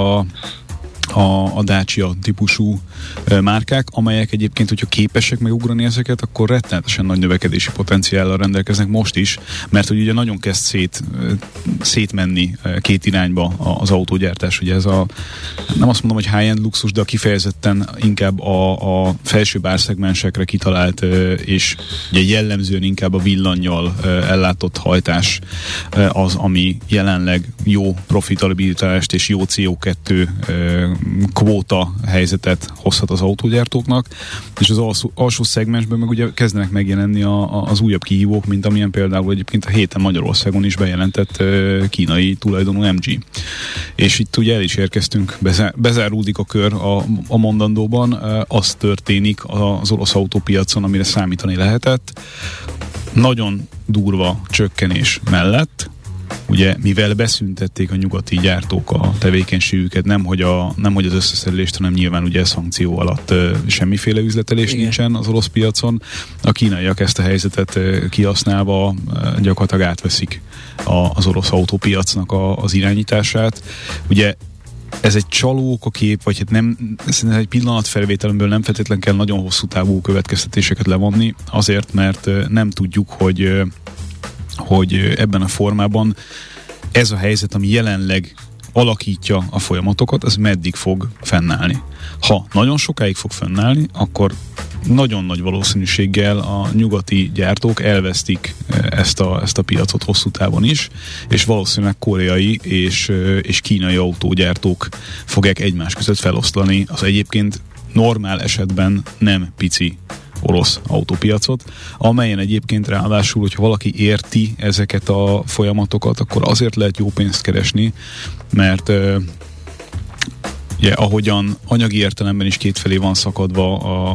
a Dacia típusú márkák, amelyek egyébként, hogyha képesek megugrani ezeket, akkor rettenetesen nagy növekedési potenciállal rendelkeznek most is, mert hogy ugye nagyon kezd szétmenni két irányba az autógyártás. Ugye ez nem azt mondom, hogy high-end luxus, de kifejezetten inkább a felsőbb árszegmensekre kitalált, és ugye jellemzően inkább a villannyal ellátott hajtás az, ami jelenleg jó profitabilitást és jó CO2 kvóta helyzetet hozhat az autógyártóknak, és az alsó szegmensben meg ugye kezdenek megjelenni az újabb kihívók, mint amilyen például egyébként a héten Magyarországon is bejelentett kínai tulajdonú MG. És itt ugye el is érkeztünk, bezáródik a kör a mondandóban, az történik az orosz autópiacon, amire számítani lehetett. Nagyon durva csökkenés mellett, ugye, mivel beszüntették a nyugati gyártók a tevékenységüket, nem hogy az összeszerelést, hanem nyilván ugye szankció alatt semmiféle üzletelés nincsen az orosz piacon. A kínaiak ezt a helyzetet kihasználva gyakorlatilag átveszik az orosz autópiacnak az irányítását. Ugye ez egy csalókakép, vagy hát nem, szerintem egy pillanatfelvételemből nem feltétlenül kell nagyon hosszú távú következtetéseket levonni, azért, mert nem tudjuk, hogy ebben a formában ez a helyzet, ami jelenleg alakítja a folyamatokat, az meddig fog fennállni. Ha nagyon sokáig fog fennállni, akkor nagyon nagy valószínűséggel a nyugati gyártók elvesztik ezt a piacot hosszú távon is, és valószínűleg koreai és kínai autógyártók fogják egymás között feloszlani az egyébként normál esetben nem pici orosz autópiacot, amelyen egyébként ráadásul, hogyha valaki érti ezeket a folyamatokat, akkor azért lehet jó pénzt keresni, mert ugye, ahogyan anyagi értelemben is kétfelé van szakadva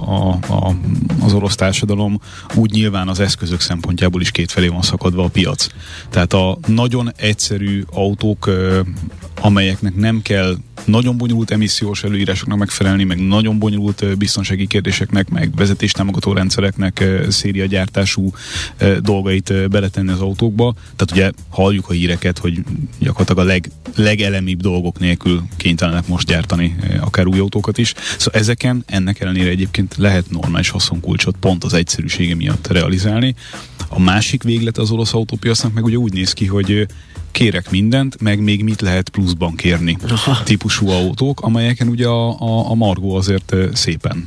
az orosz társadalom, úgy nyilván az eszközök szempontjából is kétfelé van szakadva a piac. Tehát a nagyon egyszerű autók, amelyeknek nem kell nagyon bonyolult emissziós előírásoknak megfelelni, meg nagyon bonyolult biztonsági kérdéseknek, meg vezetéstámogató rendszereknek szériagyártású dolgait beletenni az autókba. Tehát ugye halljuk a híreket, hogy gyakorlatilag a legelemibb dolgok nélkül kénytelenek most gyártani akár új autókat is. Szóval ezeken ennek ellenére egyébként lehet normális haszonkulcsot pont az egyszerűsége miatt realizálni. A másik véglet az orosz autópiacnak meg ugye úgy néz ki, hogy kérek mindent, meg még mit lehet pluszban kérni típusú autók, amelyeken ugye a margó azért szépen,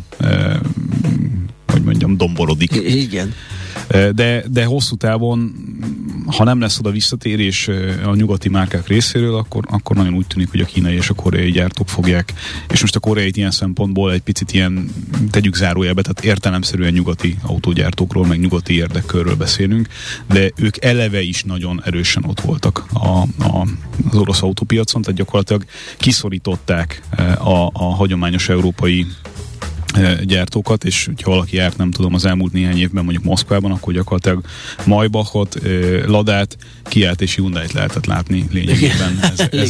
hogy mondjam, domborodik. Igen. De hosszú távon ha nem lesz oda visszatérés a nyugati márkák részéről, akkor nagyon úgy tűnik, hogy a kínai és a koreai gyártók fogják, és most a koreait ilyen szempontból egy picit ilyen tegyük zárójelbe, tehát értelemszerűen nyugati autógyártókról, meg nyugati érdekkörről beszélünk, de ők eleve is nagyon erősen ott voltak az orosz autópiacon, tehát gyakorlatilag kiszorították a hagyományos európai gyártókat, és hogyha valaki járt, nem tudom, az elmúlt néhány évben mondjuk Moszkvában, akkor gyakorlatilag Maybachot, Ladát, Kiát és Hyundait lehetett látni lényegében.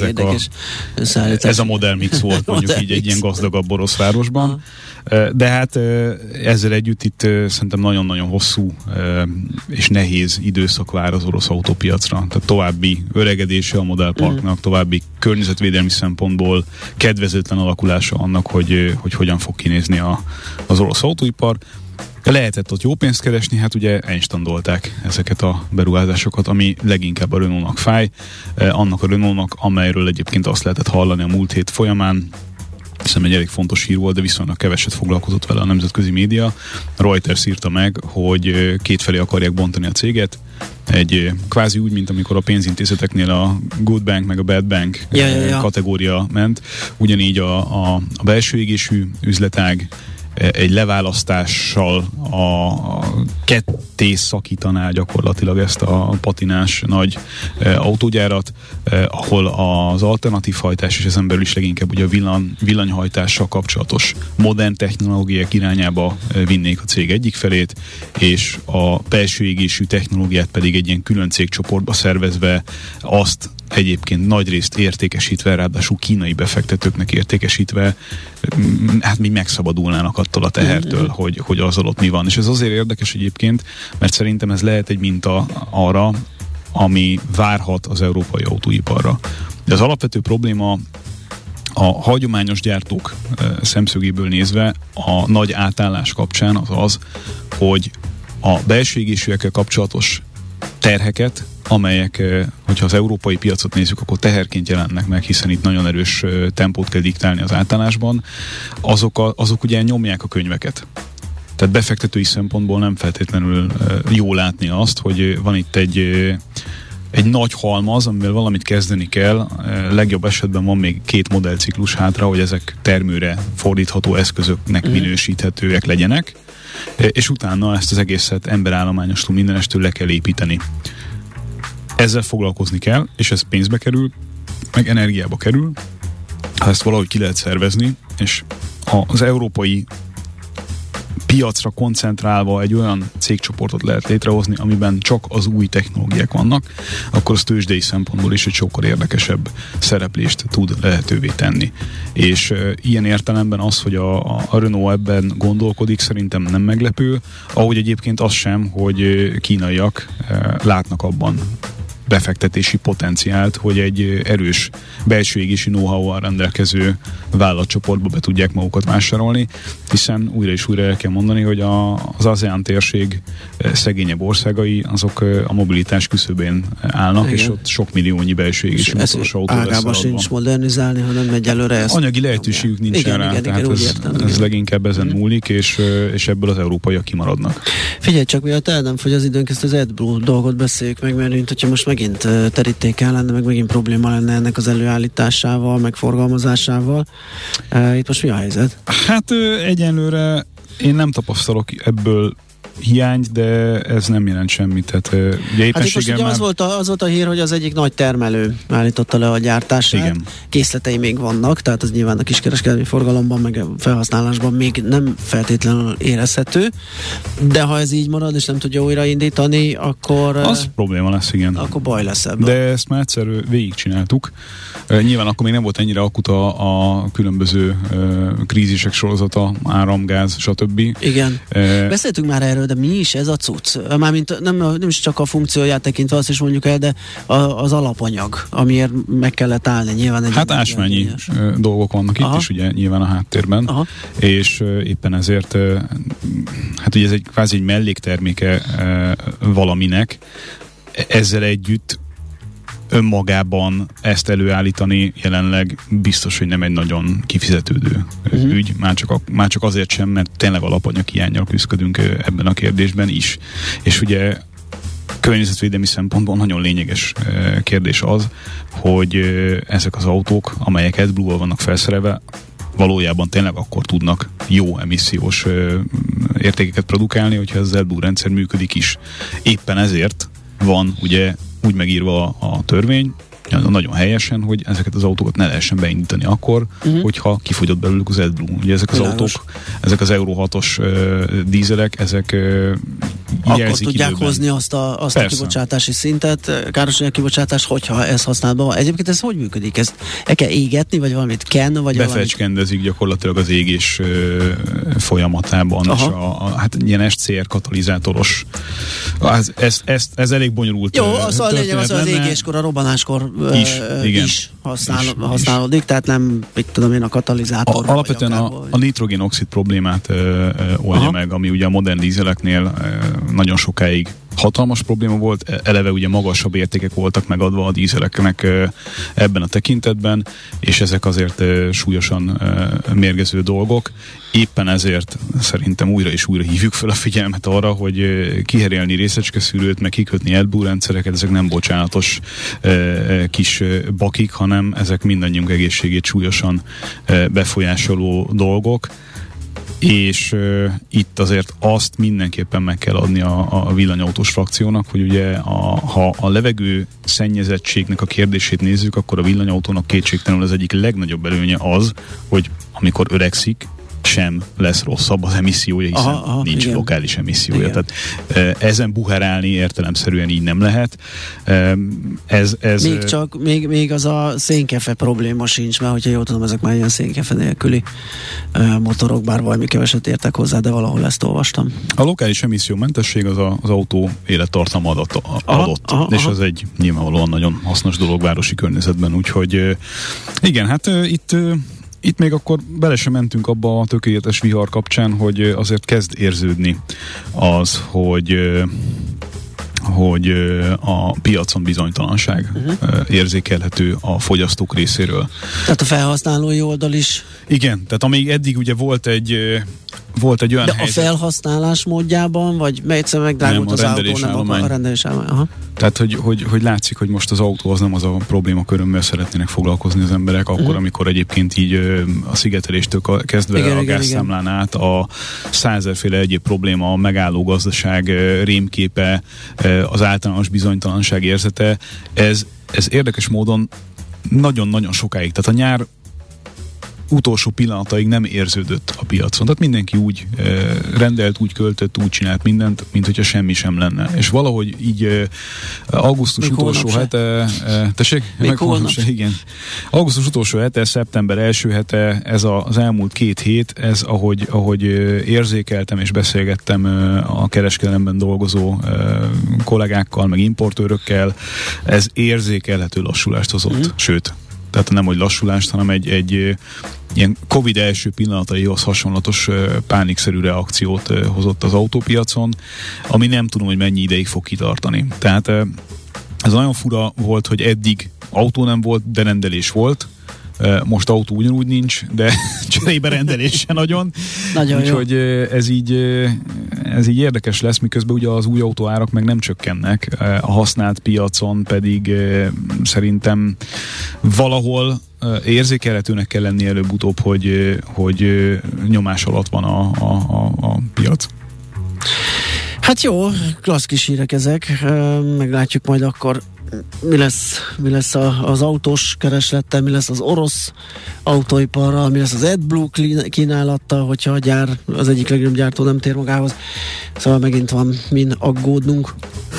Ez a modellmix volt mondjuk így egy ilyen gazdagabb orosz városban. De hát ezzel együtt itt szerintem nagyon-nagyon hosszú és nehéz időszak vár az orosz autópiacra. Tehát további öregedése a modellparknak, további környezetvédelmi szempontból kedvezőtlen alakulása annak, hogy hogyan fog kinézni az orosz autóipar. Lehetett ott jó pénzt keresni, hát ugye einstandolták ezeket a beruházásokat, ami leginkább a Renault-nak fáj. Annak a Renault-nak, amelyről egyébként azt lehetett hallani a múlt hét folyamán, hiszem egy elég fontos hír volt, de viszonylag keveset foglalkozott vele a nemzetközi média. Reuters írta meg, hogy kétfelé akarják bontani a céget. Egy kvázi úgy, mint amikor a pénzintézeteknél a good bank meg a bad bank kategória ment. Ugyanígy a belső égésű üzletág egy leválasztással a ketté szakítaná gyakorlatilag ezt a patinás nagy autógyárat, ahol az alternatív hajtás és ezen belül is leginkább ugye a villanyhajtással kapcsolatos modern technológiák irányába vinnék a cég egyik felét, és a belső égésű technológiát pedig egy ilyen külön cégcsoportba szervezve azt egyébként nagyrészt értékesítve, ráadásul kínai befektetőknek értékesítve, hát mi megszabadulnának attól a tehertől, hogy azzal ott mi van. És ez azért érdekes egyébként, mert szerintem ez lehet egy minta arra, ami várhat az európai autóiparra. De az alapvető probléma a hagyományos gyártók szemszögéből nézve a nagy átállás kapcsán az, hogy a belső égésűekkel kapcsolatos terheket, amelyek, hogyha az európai piacot nézzük, akkor teherként jelennek meg, hiszen itt nagyon erős tempót kell diktálni az átállásban, azok ugye nyomják a könyveket. Tehát befektetői szempontból nem feltétlenül jó látni azt, hogy van itt egy nagy halmaz, amivel valamit kezdeni kell, legjobb esetben van még 2 modellciklus hátra, hogy ezek termőre fordítható eszközöknek minősíthetőek legyenek, és utána ezt az egészet emberállományostól mindenestől le kell építeni. Ezzel foglalkozni kell, és ez pénzbe kerül, meg energiába kerül, ha ezt valahogy ki lehet szervezni, és az európai piacra koncentrálva egy olyan cégcsoportot lehet létrehozni, amiben csak az új technológiák vannak, akkor az tőzsdei szempontból is egy sokkal érdekesebb szereplést tud lehetővé tenni. És ilyen értelemben az, hogy a Renault ebben gondolkodik, szerintem nem meglepő, ahogy egyébként az sem, hogy kínaiak látnak abban befektetési potenciált, hogy egy erős belső égési know-how-val rendelkező vállalatcsoportba be tudják magukat vásárolni, hiszen újra és újra el kell mondani, hogy az ASEAN térség szegényebb országai, azok a mobilitás küszöbén állnak, igen. És ott sok milliónyi belső égési motoros autó lesz. Ágában sincs modernizálni, hanem egyelőre ezt... Anyagi lehetőségük nincsen rá, tehát ez leginkább ezen múlik, és ebből az európaiak kimaradnak. Figyelj csak, miatt el nem fogy az időnk, ezt az AdBlue dolgot beszéljük meg, mert mint hogyha most megint terítéken lenne, meg megint probléma lenne ennek az előállításával, meg forgalmazásával. Itt most mi a helyzet? Hát egyenlőre én nem tapasztalok ebből hiányt, de ez nem jelent semmit. Tehát, ugye hát itt most ugye az volt a hír, hogy az egyik nagy termelő állította le a gyártását. Igen. Készletei még vannak, tehát az nyilván a kiskereskedelmi forgalomban, meg a felhasználásban még nem feltétlenül érezhető, de ha ez így marad, és nem tudja újraindítani, akkor... Az probléma lesz, igen. Akkor baj lesz ebből. De ezt már egyszer végigcsináltuk. Nyilván akkor még nem volt ennyire akut a különböző krízisek sorozata, áram, gáz, stb. Igen. Beszéltünk már erről, de mi is ez a cucc? Mármint nem is csak a funkcióját tekintve, azt is mondjuk el, de az alapanyag, amiért meg kellett állni nyilván. Hát ásványi dolgok vannak itt is ugye nyilván a háttérben, és éppen ezért hát ugye ez egy kvázi egy mellékterméke valaminek, ezzel együtt önmagában ezt előállítani jelenleg biztos, hogy nem egy nagyon kifizetődő ügy, már csak azért sem, mert tényleg alapanyag hiánnyal küzdködünk ebben a kérdésben is. És ugye környezetvédelmi szempontból nagyon lényeges kérdés az, hogy ezek az autók, amelyek AdBlue-val vannak felszerelve, valójában tényleg akkor tudnak jó emissziós értékeket produkálni, hogyha ez az AdBlue rendszer működik is. Éppen ezért van ugye úgy megírva a törvény, nagyon helyesen, hogy ezeket az autókat ne lehessen beindítani akkor, hogyha kifogyott belőlük az AdBlue. Ugye ezek az autók, ezek az Euro 6-os dízelek, ezek akkor jelzik tudják időben hozni azt a kibocsátási szintet, károsanyag kibocsátás, hogyha ez használatban van. Egyébként ez hogy működik? Ezt el kell égetni, vagy valamit ken, vagy befecskendezik gyakorlatilag az égés folyamatában, és hát ilyen SCR katalizátoros. Ez elég bonyolult. Jó, az a lényeg az égéskor, a robbanáskor is használódik, tehát nem, mit tudom én, a katalizátor. Alapvetően a nitrogén-oxid problémát oldja meg, ami ugye a modern dízeleknél nagyon sokáig hatalmas probléma volt, eleve ugye magasabb értékek voltak megadva a dízeleknek ebben a tekintetben, és ezek azért súlyosan mérgező dolgok. Éppen ezért szerintem újra és újra hívjuk fel a figyelmet arra, hogy kiherélni részecskeszűrőt, meg kikötni AdBlue rendszereket, ezek nem bocsánatos kis bakik, hanem ezek mindannyiunk egészségét súlyosan befolyásoló dolgok. És itt azért azt mindenképpen meg kell adni a villanyautós frakciónak, hogy ugye ha a levegő szennyezettségnek a kérdését nézzük, akkor a villanyautónak kétségtelenül az egyik legnagyobb előnye az, hogy amikor öregszik, sem lesz rosszabb az emissziója, hiszen nincs igen. lokális emissziója. Igen. Tehát ezen buherálni értelemszerűen így nem lehet. Még az a szénkefe probléma sincs, mert hogyha jól tudom, ezek már ilyen szénkefe nélküli motorok, bár valami keveset értek hozzá, de valahol ezt olvastam. A lokális emissziómentesség az autó élettartama adott, és ez egy nyilvánvalóan nagyon hasznos dolog városi környezetben, úgyhogy igen, hát itt még akkor bele sem mentünk abba a tökéletes vihar kapcsán, hogy azért kezd érződni az, hogy a piacon bizonytalanság érzékelhető a fogyasztók részéről. Tehát a felhasználói oldal is. Igen, tehát amíg eddig ugye volt egy olyan de helyzet. A felhasználás módjában, vagy egyszer megdrágult az autó, nem a rendelésállomány. Aha. Tehát, hogy látszik, hogy most az autó az nem az a probléma körömmel szeretnének foglalkozni az emberek, akkor, amikor egyébként így a szigeteléstől kezdve a gázszámlán át a 100 000-féle egyéb probléma, a megálló gazdaság rémképe, az általános bizonytalanság érzete, ez érdekes módon nagyon-nagyon sokáig, tehát a nyár utolsó pillanataig nem érződött a piacon. Tehát mindenki úgy rendelt, úgy költött, úgy csinált mindent, mint hogyha semmi sem lenne. És valahogy így augusztus még utolsó hete... Tessék? Igen. Augusztus utolsó hete, szeptember első hete, ez az elmúlt 2 hét, ez ahogy érzékeltem és beszélgettem a kereskedelemben dolgozó kollégákkal, meg importőrökkel, ez érzékelhető lassulást hozott. Sőt, tehát nem hogy lassulást, hanem egy ilyen Covid első pillanataihoz hasonlatos pánikszerű reakciót hozott az autópiacon, ami nem tudom, hogy mennyi ideig fog kitartani. Tehát ez nagyon fura volt, hogy eddig autó nem volt, de rendelés volt. Most autó ugyanúgy nincs, de cserébe rendelés se nagyon. Úgyhogy ez így érdekes lesz, miközben ugye az új autóárak meg nem csökkennek, a használt piacon pedig szerintem valahol érzékelhetőnek kell lenni előbb-utóbb, hogy nyomás alatt van a piac. Hát jó, klassz kis hírek ezek, meglátjuk majd akkor mi lesz az autós kereslettel, mi lesz az orosz autóiparral, mi lesz az AdBlue kínálattal, hogyha a gyár, az egyik legnagyobb gyártó nem tér magához. Szóval megint van min aggódnunk.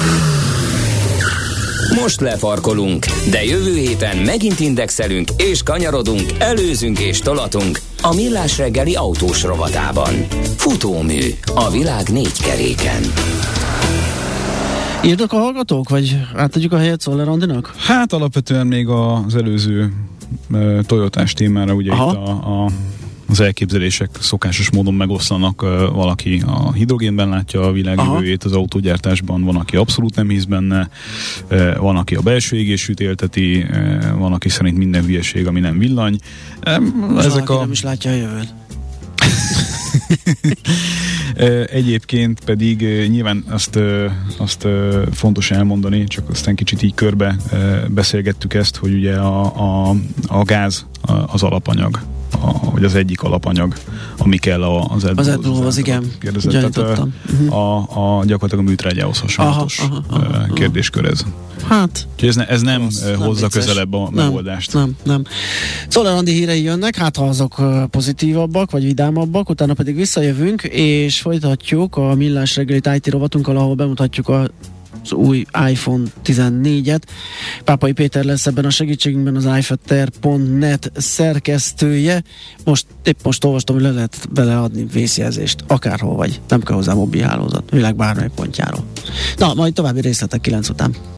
Most lefarkolunk, de jövő héten megint indexelünk és kanyarodunk, előzünk és tolatunk a Millás reggeli autós rovatában. Futómű a világ 4 keréken. Írnak a hallgatók, vagy átadjuk a helyet Szoller Andinak? Hát alapvetően még az előző Toyotás témára ugye itt az elképzelések szokásos módon megoszlanak, valaki a hidrogénben látja a világ jövőjét az autógyártásban, van, aki abszolút nem hisz benne, van, aki a belső égésűt élteti, van, aki szerint minden hülyeség, ami nem villany. Ezek nem is látja a jövőt. Egyébként pedig nyilván azt fontos elmondani, csak aztán kicsit így körbe beszélgettük ezt, hogy ugye a gáz az alapanyag, vagy az egyik alapanyag, ami kell az AdBlue-hoz, igen. Tehát gyakorlatilag a műtrágyához hasonlatos kérdéskör ez. Hát. Ez nem hozza nem közelebb a megoldást. Nem. Czoller Andi hírei jönnek, hát ha azok pozitívabbak, vagy vidámabbak, utána pedig visszajövünk, és folytatjuk a Millás reggelit IT rovatunkkal, ahol bemutatjuk az új iPhone 14-et. Pápai Péter lesz ebben a segítségünkben, az iFatter.net szerkesztője. Épp most olvastam, hogy le lehet beleadni vészjelzést, akárhol vagy. Nem kell hozzá mobilhálózat, világ bármely pontjáról. Na, majd további részletek 9 után.